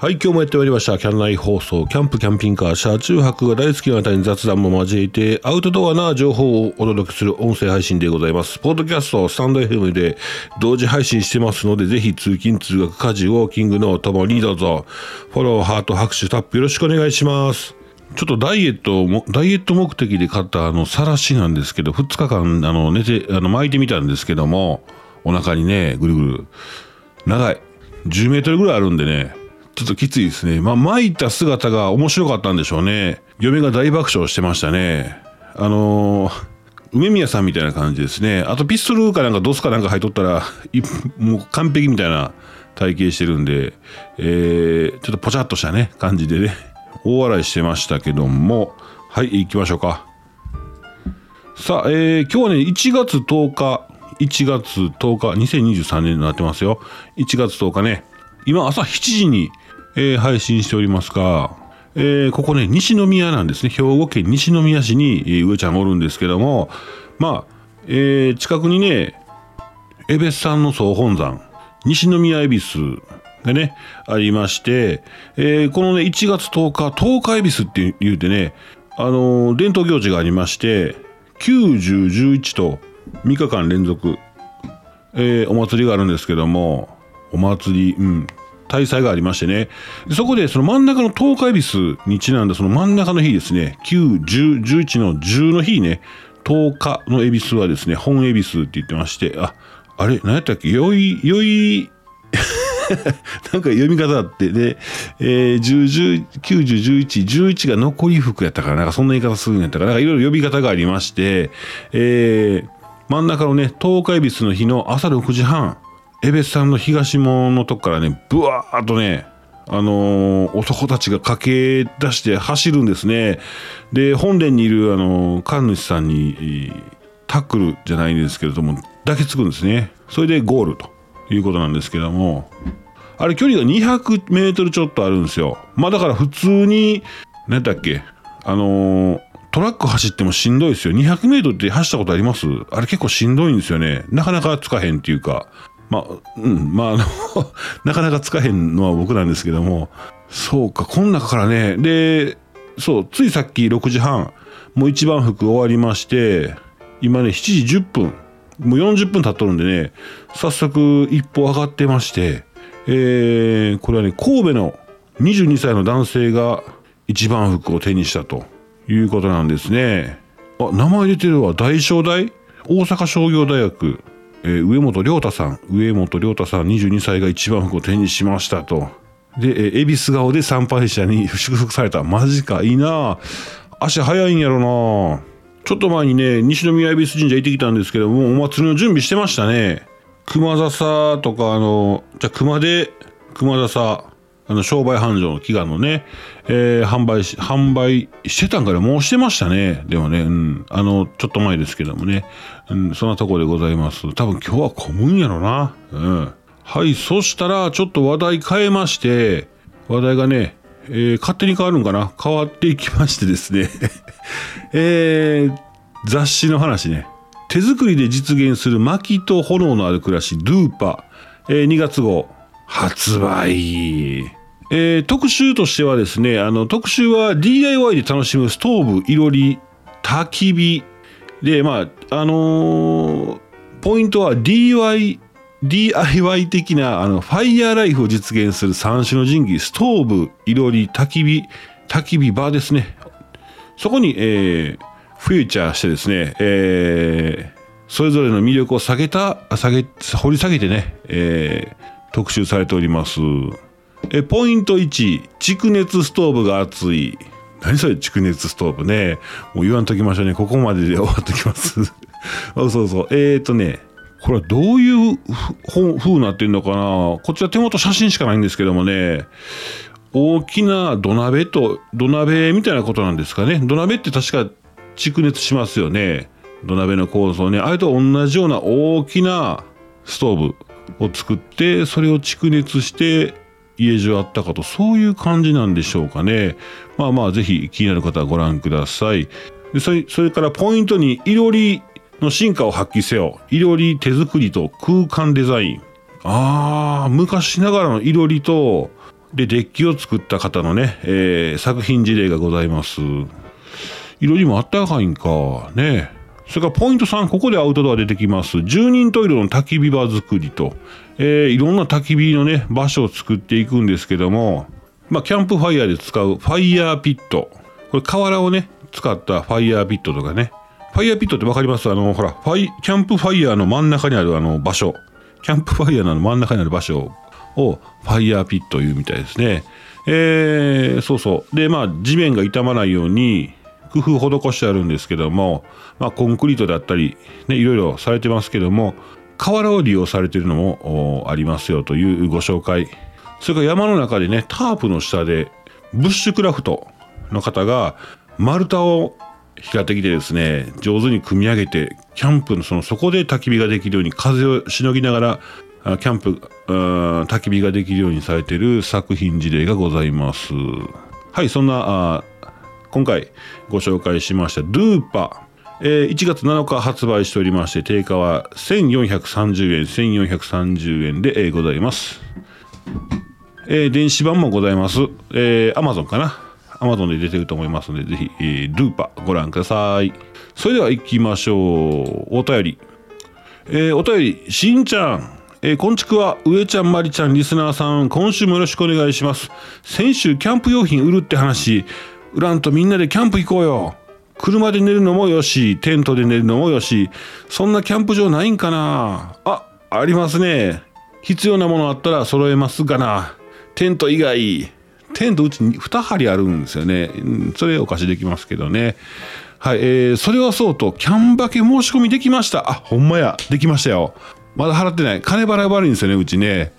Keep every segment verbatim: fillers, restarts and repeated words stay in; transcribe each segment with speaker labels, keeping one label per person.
Speaker 1: はい、今日もやってまいりました。キャン内放送、キャンプ、キャンピングカー、車中泊が大好きな方に雑談も交えて、アウトドアな情報をお届けする音声配信でございます。ポッドキャスト、スタンド エフエム で同時配信してますので、ぜひ通勤、通学、家事、ウォーキングのともにどうぞ、フォロー、ハート、拍手、タップよろしくお願いします。ちょっとダイエットも、ダイエット目的で買ったあの、さらしなんですけど、ふつかかん、あの、寝て、あの、巻いてみたんですけども、お腹にね、ぐるぐる、長い。じゅうメートルぐらいあるんでね、ちょっときついですね。まあ、巻いた姿が面白かったんでしょうね。嫁が大爆笑してましたね。あのー、梅宮さんみたいな感じですね。あとピストルかなんかドスかなんか入っとったら、もう完璧みたいな体型してるんで、えー、ちょっとポチャっとしたね、感じでね、大笑いしてましたけども、はい、行きましょうか。さあ、えー、今日はね、いちがつとおか、いちがつとおか、にせんにじゅうさんねんになってますよ。いちがつとおかね、今朝しちじに、えー、配信しておりますが、えー、ここね、西宮なんですね。兵庫県西宮市に、えー、上ちゃんおるんですけども、まあ、えー、近くにね、江別山の総本山、西宮恵比寿がね、ありまして、えー、このね、いちがつとおか、とおか恵比寿って言うてね、あのー、伝統行事がありまして、きゅう、じゅう、じゅういちとみっかかん連続、えー、お祭りがあるんですけども、お祭り、うん、大祭がありましてね。そこでその真ん中のとおか恵比寿にちなんだその真ん中の日ですね、きゅう、じゅう、じゅういちのじゅうの日ね、とおかの恵比寿はですね、本恵比寿って言ってまして、あ、あれ、何やったっけ、よい、よい、なんか読み方あって、で、えー、じゅう、じゅう、きゅう、じゅう、じゅういち、じゅういちが残り福やったから、なんかそんな言い方するんやったから、なんかいろいろ呼び方がありまして、えー、真ん中のね、とおか恵比寿の日の朝ろくじはん、江別さんの東門のとこからね、ブワーっとね、あのー、男たちが駆け出して走るんですね。で、本殿にいる、あのー、神主さんに、えー、タックルじゃないんですけれども、抱きつくんですね。それでゴールということなんですけども、あれ距離がにひゃくメートルちょっとあるんですよ。まあだから普通に、何だっけ、あのー、トラック走ってもしんどいですよ。にひゃくメートルって走ったことあります？あれ結構しんどいんですよね。なかなかつかへんっていうか。まあ、うん、まあ、あの、なかなかつかへんのは僕なんですけども、そうか、この中からね、で、そう、ついさっきろくじはん、もう一番福終わりまして、今ね、しちじじゅっぷん、もうよんじゅっぷん経っとるんでね、早速一歩上がってまして、えー、これはね、神戸のにじゅうにさいの男性が一番福を手にしたということなんですね。あ、名前出てるわ、大商大？大阪商業大学。えー、上本亮太さん、上本亮太さんにじゅうにさいが一番福を手にしましたと。で、えー、恵比寿顔で参拝者に祝福された。マジか、いいな。足早いんやろな。ちょっと前にね、西宮恵比寿神社行ってきたんですけども、お祭りの準備してましたね。熊笹とか、あの、じゃあ熊で、熊笹、あの、商売繁盛の祈願のね、えー、販売し、販売してたんからもうしてましたね。でもね、うん、あの、ちょっと前ですけどもね、うん、そんなところでございます。多分今日は混むんやろな。うん。はい、そしたら、ちょっと話題変えまして、話題がね、えー、勝手に変わるんかな？変わっていきましてですね、えー、雑誌の話ね。手作りで実現する薪と炎のある暮らし、ドゥーパ、えー、にがつ号、発売。えー、特集としてはですね、あの特集は ディーアイワイ で楽しむストーブ、いろり、焚き火で、まああのー、ポイントは ディーアイワイ 的なあのファイヤーライフを実現するさん種の神器、ストーブ、いろり、焚き火、焚き火場ですね。そこに、えー、フューチャーしてですね、えー、それぞれの魅力を下げた、下げ、掘り下げてね、えー、特集されております。えポイントいち、蓄熱ストーブが熱い。何それ蓄熱ストーブね。もう言わんときましょうね。ここまでで終わっときます。あ、そうそう。えーとね、これはどういう風になってんのかな。こっちは手元写真しかないんですけどもね、大きな土鍋と、土鍋みたいなことなんですかね。土鍋って確か蓄熱しますよね。土鍋の構造ね。あれと同じような大きなストーブを作って、それを蓄熱して、家中あったかと、そういう感じなんでしょうかね。まあまあぜひ気になる方はご覧ください。でそれ、それからポイントにいろりの進化を発揮せよ。いろり手作りと空間デザイン。あー、昔ながらのいろりとでデッキを作った方のね、えー、作品事例がございます。色にもあったかいんかね。それからポイントさん、ここでアウトドア出てきます。じゅうにんトイレの焚き火場作りと、えー、いろんな焚き火のね場所を作っていくんですけども、まあキャンプファイヤーで使うファイヤーピット、これ瓦をね使ったファイヤーピットとかね。ファイヤーピットってわかります？あのほらファイキャンプファイヤーの真ん中にあるあの場所、キャンプファイヤーの真ん中にある場所をファイヤーピットいうみたいですね。えー、そうそうで、まあ地面が傷まないように工夫施してあるんですけども、まあコンクリートだったりね、いろいろされてますけども、瓦を利用されているのもありますよというご紹介。それから山の中でね、タープの下でブッシュクラフトの方が丸太を平手きでですね、上手に組み上げてキャンプのそのそこで焚き火ができるように、風をしのぎながらキャンプ焚き火ができるようにされている作品事例がございます。はい、そんな今回ご紹介しましたドゥーパ、えー、いちがつなのか発売しておりまして、定価はせんよんひゃくさんじゅうえんせんよんひゃくさんじゅうえんで、えー、ございます。えー、電子版もございます。えー、Amazon かな、Amazon で出てると思いますので、ぜひ、えー、ドゥーパご覧ください。それでは行きましょう。お便り、えー、お便りしんちゃん、えー、こんちくわ、上ちゃんまりちゃんリスナーさん、今週もよろしくお願いします。先週キャンプ用品売るって話、売らんとみんなでキャンプ行こうよ。車で寝るのもよし、テントで寝るのもよし、そんなキャンプ場ないんかな。あ、ありますね。必要なものあったら揃えますがな。テント以外、テントうちにに針あるんですよね。それお貸しできますけどね。はい、えー、それはそうとキャンバケ申し込みできました。あ、ほんまや、できましたよ。まだ払ってない。金払い悪いんですよね、うちね。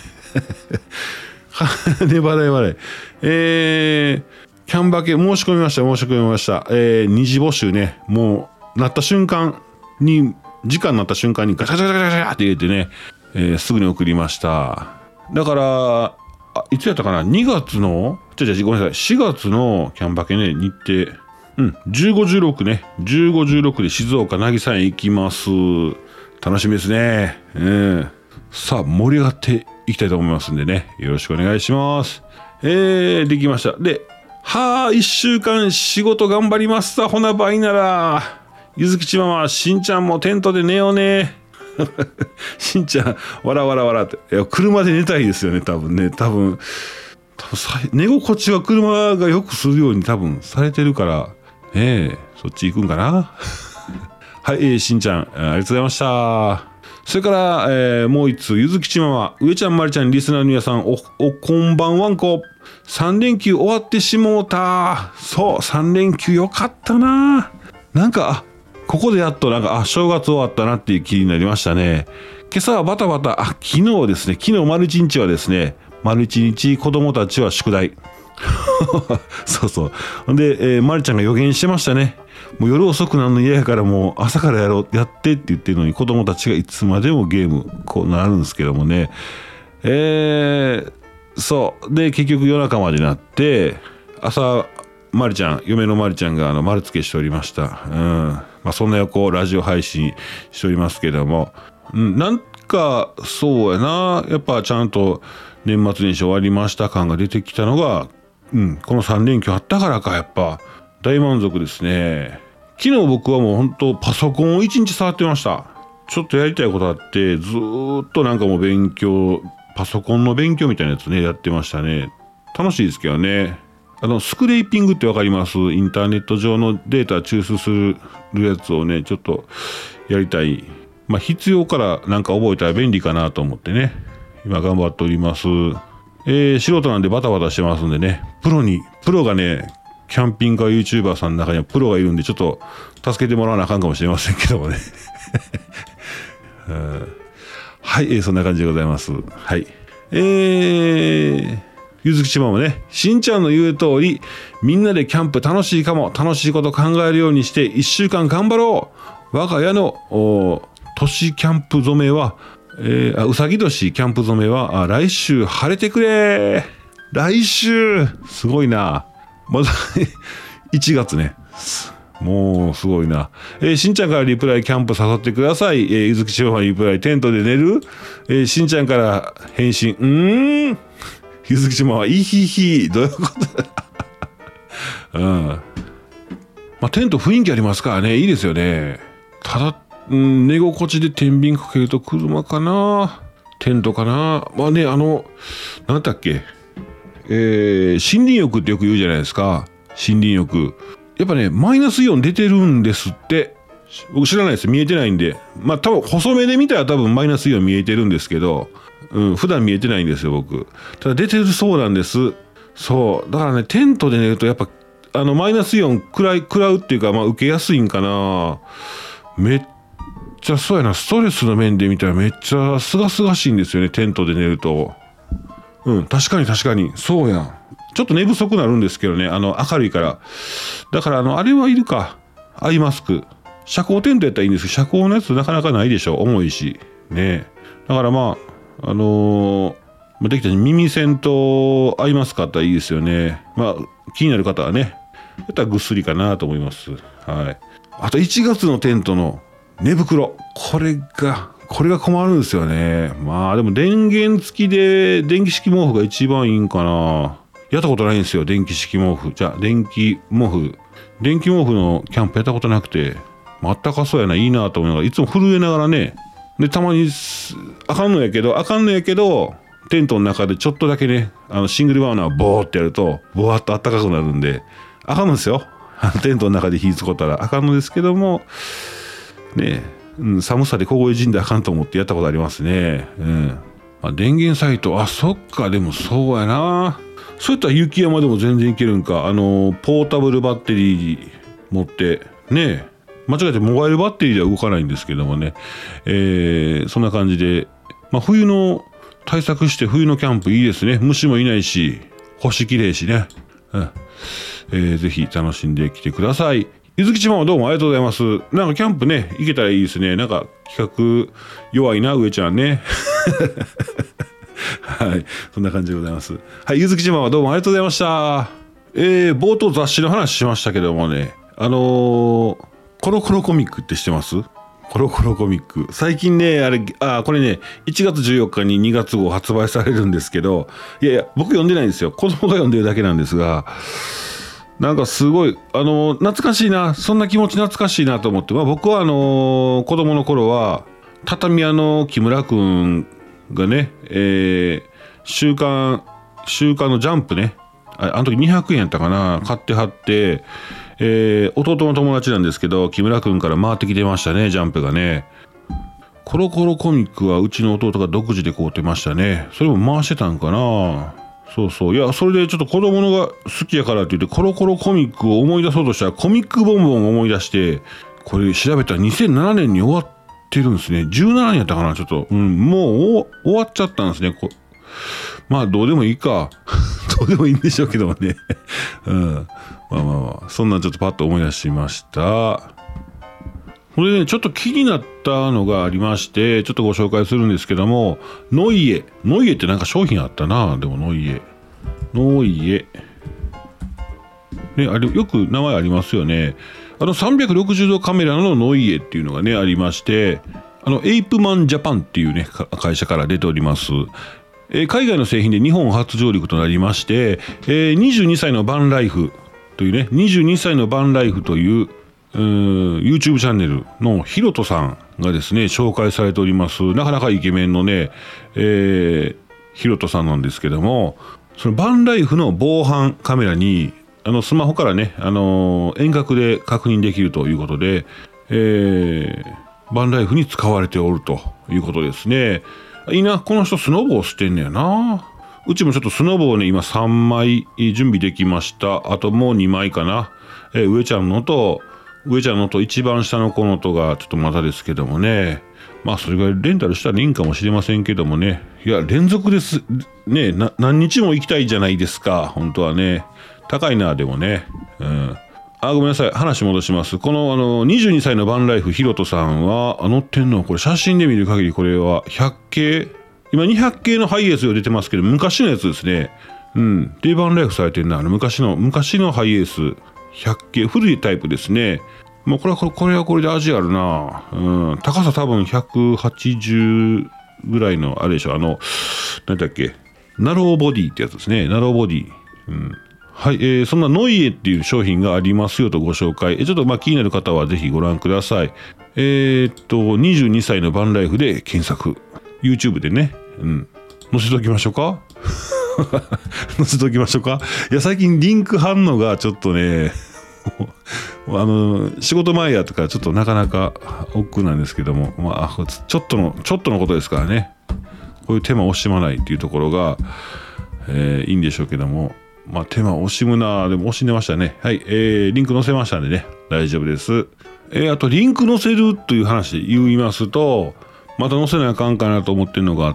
Speaker 1: 金払い悪い。えー、キャンバケ申し込みました、申し込みました。えー、二次募集ね、もうなった瞬間に、時間になった瞬間にガチャガチャガチャガチャって入れてね、えー、すぐに送りました。だから、あ、いつやったかな、にがつの、じゃじゃごめんなさい、しがつのキャンバケね、日程、うん、じゅうご、じゅうろくね、じゅうご、じゅうろくで静岡渚園行きます。楽しみですね。うん。さあ、盛り上がっていきたいと思いますんでね、よろしくお願いします。えー、できました。で、はあ、いっしゅうかん仕事頑張りますさ、ほなばいなら。ゆずきちママ、しんちゃんもテントで寝ようね。しんちゃん、わらわらわらって。いや、車で寝たいですよね、多分ね。多分、多分さ寝心地は車がよくするように多分されてるから、ええ、そっち行くんかな。はい、えー、しんちゃん、ありがとうございました。それから、えー、もう一つ、ゆずきちママ、上ちゃんまりちゃん、リスナーの皆さん、お、お、こんばんわんこ。さん連休終わってしもうた。そう、さん連休よかったな。なんか、あ、ここでやっとなんか、あ、正月終わったなっていう気になりましたね。今朝はバタバタ、あ、昨日ですね、昨日丸一日はですね、丸一日子供たちは宿題。そうそう。ほんで、えー、まりちゃんが予言してましたね。もう夜遅くなるの嫌やからもう朝からやろう、やってって言ってるのに子供たちがいつまでもゲーム、こうなるんですけどもね。えー、そう。で、結局夜中までなって、朝、まりちゃん、嫁のまりちゃんがあの丸付けしておりました。うん。まあそんな横ラジオ配信しておりますけども。うん、なんか、そうやな。やっぱちゃんと年末年始終わりました感が出てきたのが、うん、このさん連休あったからか、やっぱ大満足ですね。昨日僕はもう本当パソコンを一日触ってました。ちょっとやりたいことあってずーっとなんかもう勉強、パソコンの勉強みたいなやつねやってましたね。楽しいですけどね。あのスクレーピングってわかります？インターネット上のデータ抽出するやつをねちょっとやりたい。まあ必要からなんか覚えたら便利かなと思ってね今頑張っております。えー、素人なんでバタバタしてますんでね、プロにプロがねキャンピングカー YouTuber さんの中にはプロがいるんでちょっと助けてもらわなあかんかもしれませんけどもね。はい、えー、そんな感じでございます。はい。えー、ゆずきちママね、しんちゃんの言う通り、みんなでキャンプ楽しいかも、楽しいこと考えるようにしていっしゅうかん頑張ろう。我が家の年キャンプ染めは、えー、あうさぎ年キャンプ染めはあ来週晴れてくれ。来週すごいな。まだいちがつね。もうすごいな。えー、しんちゃんからリプライキャンプ誘ってください。えー、ゆずきちママリプライテントで寝る。えー、しんちゃんから返信うーんゆずきちまは、いひひ、どういうことうん。まあ、テント雰囲気ありますからね、いいですよね。ただ、うん、寝心地で天秤かけると車かな、テントかな。まあね、あの、なんだっけ、えー、森林浴ってよく言うじゃないですか。森林浴。やっぱね、マイナスイオン出てるんですって。僕知らないです。見えてないんで。まあ多分、細目で見たら多分マイナスイオン見えてるんですけど、うん、普段見えてないんですよ、僕。ただ出てるそうなんです。そう。だからね、テントで寝るとやっぱ、あの、マイナスイオン食らい、食らうっていうか、まあ受けやすいんかな。めっちゃそうやな。ストレスの面で見たらめっちゃすがすがしいんですよね、テントで寝ると。うん、確かに確かに。そうやん。ちょっと寝不足なるんですけどね、あの、明るいから。だから、あの、あれはいるか。アイマスク。遮光テントやったらいいんですけど、遮光のやつなかなかないでしょ。重いし。ね。だからまあ、あのー、できたら耳栓とアイマスクあったらいいですよね。まあ、気になる方はね。やったらぐっすりかなと思います。はい。あといちがつのテントの寝袋。これが、これが困るんですよね。まあでも電源付きで電気式毛布が一番いいんかな。やったことないんですよ、電気式毛布。じゃあ電気毛布。電気毛布のキャンプやったことなくて、あったかそうやな、いいなと思いながら、いつも震えながらね。で、たまに、あかんのやけど、あかんのやけど、テントの中でちょっとだけね、あのシングルバーナーをボーってやると、ボワッとあったかくなるんで、あかんのですよ。テントの中で火つこったらあかんのですけども、ねえ。うん、寒さで凍え死んであかんと思ってやったことありますね。うん。まあ、電源サイト、あ、そっか、でもそうやな。そういったら雪山でも全然いけるんか。あの、ポータブルバッテリー持って、ね、間違えてモバイルバッテリーでは動かないんですけどもね。えー、そんな感じで、まあ、冬の対策して冬のキャンプいいですね。虫もいないし、星きれいしね。うん。えー、ぜひ楽しんできてください。ゆずきちまんはどうもありがとうございます。なんかキャンプね、行けたらいいですね。なんか企画弱いな、上ちゃんね。はい。そんな感じでございます。はい。ゆずきちまんはどうもありがとうございました。えー、冒頭雑誌の話しましたけどもね、あのー、コロコロコミックって知ってます？コロコロコミック。最近ね、あれ、あ、これね、いちがつじゅうよっかににがつ号発売されるんですけど、いやいや、僕読んでないんですよ。子供が読んでるだけなんですが、なんかすごい、あのー、懐かしいな、そんな気持ち懐かしいなと思って、まあ僕はあのー、子供の頃は、畳屋の木村くんがね、えー、週刊、週刊のジャンプね、あ、あの時にひゃくえんやったかな、買ってはって、えー、弟の友達なんですけど、木村くんから回ってきてましたね、ジャンプがね。コロコロコミックはうちの弟が独自で買うてましたね。それも回してたんかな。そうそう。いや、それでちょっと子供のが好きやからって言ってコロコロコミックを思い出そうとしたらコミックボンボンを思い出して、これ調べたらにせんななねんに終わってるんですね。じゅうななねんやったかな、ちょっと。うん、もう終わっちゃったんですね。こまあ、どうでもいいか。どうでもいいんでしょうけどもね。うん。まあまあまあ、そんなんちょっとパッと思い出しました。これね、ちょっと気になったのがありまして、ちょっとご紹介するんですけども、ノイエ。ノイエってなんか商品あったな。でもノイエ。ノイエ。ね、あれ、よく名前ありますよね。あのさんびゃくろくじゅうどカメラのノイエっていうのがね、ありまして、あの、エイプマンジャパンっていうね、会社から出ております。えー、海外の製品で日本初上陸となりまして、えー、にじゅうにさいのバンライフというね、にじゅうにさいのバンライフという、YouTube チャンネルのヒロトさんがですね紹介されております。なかなかイケメンのね、えー、ヒロトさんなんですけども、そのバンライフの防犯カメラにあのスマホからね、あのー、遠隔で確認できるということで、えー、バンライフに使われておるということですね。いいな、この人スノボをしてんねやな。うちもちょっとスノボをね今さんまい準備できました。あともうにまいかな。えー、上ちゃんのと上ちゃんのと一番下の子のとがちょっとまだですけどもね。まあそれぐらいレンタルしたらいいんかもしれませんけどもね。いや連続ですね。な何日も行きたいじゃないですか。本当はね。高いなでもね。うん。あ、ごめんなさい。話戻します。このあのにじゅうにさいのバンライフヒロトさんはあ乗ってんのこれ写真で見る限りこれはひゃく系、今にひゃく系のハイエースが出てますけど昔のやつですね。うん。でバンライフされてんな。あの昔の昔のハイエース。ひゃく系古いタイプですね。もうこれはこれこれはこれで味あるな。うん、高さ多分ひゃくはちじゅうぐらいのあれでしょ。あのなんだっけ、 ナローボディってやつですね。ナローボディ。うん。はい、えー、そんなノイエっていう商品がありますよとご紹介。えちょっとまあ気になる方はぜひご覧ください。えー、っと、にじゅうにさいのバンライフで検索。YouTube でね。うん。載せておきましょうか載せておきましょうか。いや、最近リンク反応がちょっとね、あの、仕事前やとかちょっとなかなか億劫なんですけども、まあ、ちょっとの、ちょっとのことですからね。こういう手間を惜しまないっていうところが、えー、いいんでしょうけども、まあ、手間惜しむなぁ、でも惜しんでましたね。はい、えー、リンク載せましたんでね、大丈夫です。えー、あと、リンク載せるという話で言いますと、また載せなあかんかなと思ってるのがあって、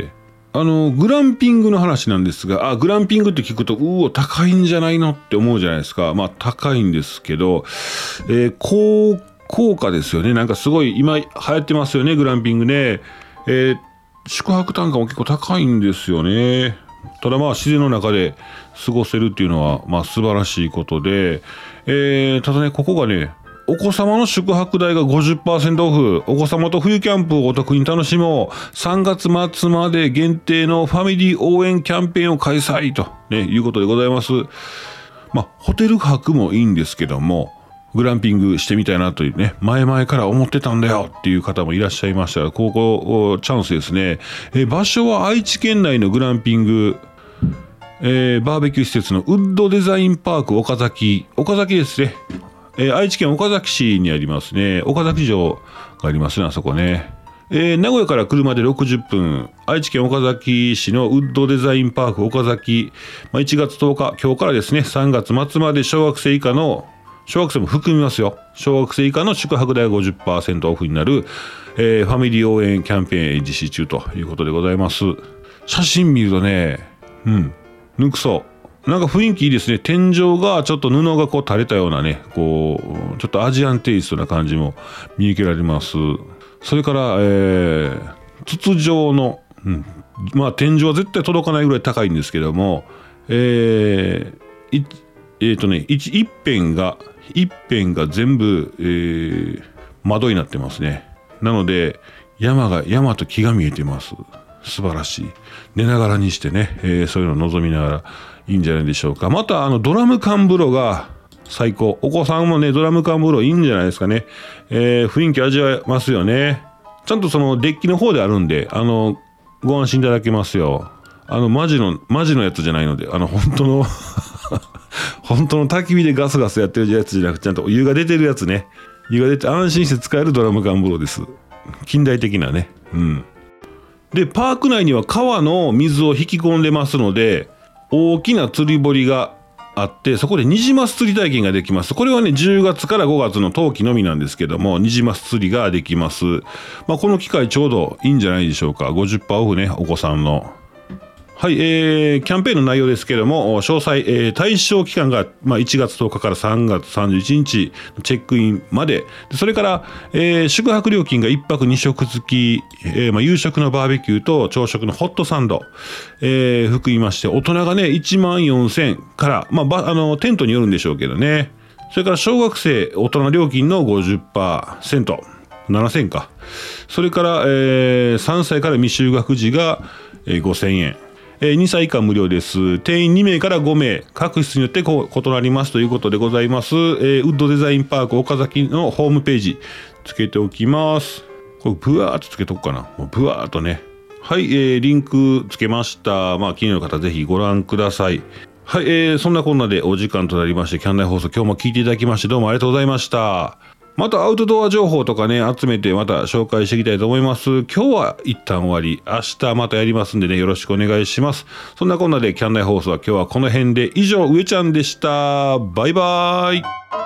Speaker 1: あの、グランピングの話なんですが、あ、グランピングって聞くと、うお、高いんじゃないのって思うじゃないですか。まあ、高いんですけど、えー、高、効果ですよね。なんかすごい、今流行ってますよね、グランピングね。えー、宿泊単価も結構高いんですよね。ただまあ自然の中で過ごせるっていうのはまあ素晴らしいことで、えー、ただねここがねお子様の宿泊代が ごじゅっパーセント オフ、お子様と冬キャンプをお得に楽しもう、さんがつ末まで限定のファミリー応援キャンペーンを開催と、ね、いうことでございます。まあホテル泊もいいんですけども、グランピングしてみたいなというね、前々から思ってたんだよっていう方もいらっしゃいましたら、ここチャンスですね。え場所は愛知県内のグランピング、えー、バーベキュー施設のウッドデザインパーク岡崎、岡崎ですね。えー、愛知県岡崎市にありますね。岡崎城がありますね、あそこね。えー、名古屋から車でろくじゅっぷん、愛知県岡崎市のウッドデザインパーク岡崎、まあ、いちがつとおか、今日からですね、さんがつ末まで小学生以下の小学生も含みますよ。小学生以下の宿泊代が ごじゅっパーセント オフになる、えー、ファミリー応援キャンペーン実施中ということでございます。写真見るとね、うん、ぬくそう。なんか雰囲気いいですね。天井がちょっと布がこう垂れたようなね、こう、ちょっとアジアンテイストな感じも見受けられます。それから、えー、筒状の、うん、まあ天井は絶対届かないぐらい高いんですけども、えー、いえーとね、一, 一辺が一辺が全部、えー、窓になってますね。なので山が山と木が見えてます。素晴らしい。寝ながらにしてね、えー、そういうのを望みながらいいんじゃないでしょうか。またあのドラム缶風呂が最高。お子さんもねドラム缶風呂いいんじゃないですかね。えー、雰囲気味わえますよね。ちゃんとそのデッキの方であるんで、あのご安心いただけますよ。あのマジのマジのやつじゃないので、あの本当の本当の焚き火でガスガスやってるやつじゃなくて、ちゃんとお湯が出てるやつね。湯が出て安心して使えるドラム缶風呂です。近代的なね。うん。で、パーク内には川の水を引き込んでますので、大きな釣り堀があって、そこでニジマス釣り体験ができます。これはね、じゅうがつからごがつの冬季のみなんですけども、ニジマス釣りができます。まあ、この機会ちょうどいいんじゃないでしょうか。ごじゅっパーセントオフね、お子さんの。はい、えー、キャンペーンの内容ですけれども、詳細、えー、対象期間が、まあ、いちがつとおかからさんがつさんじゅういちにちチェックインまで、それから、えー、宿泊料金がいっぱくにしょく付き、えーまあ、夕食のバーベキューと朝食のホットサンド、えー、含みまして、大人がね、いちまんよんせんから、まあ、ばあのテントによるんでしょうけどね、それから小学生、大人料金の ごじゅっパーセント、ななせんか、それから、えー、さんさいから未就学児が、えー、ごせんえん。にさい以下無料です。定員にめいからごめい、各室によってこう異なりますということでございます。えー、ウッドデザインパーク岡崎のホームページつけておきます。これブワーっとつけとくかな。もうブワーっとね。はい、えー、リンクつけました。まあ気になる方ぜひご覧ください。はい、えー、そんなこんなでお時間となりまして、キャンナイ放送今日も聞いていただきましてどうもありがとうございました。またアウトドア情報とかね集めてまた紹介していきたいと思います。今日は一旦終わり、明日またやりますんでね、よろしくお願いします。そんなこんなでキャンナイ放送は今日はこの辺で以上、上ちゃんでした。バイバーイ。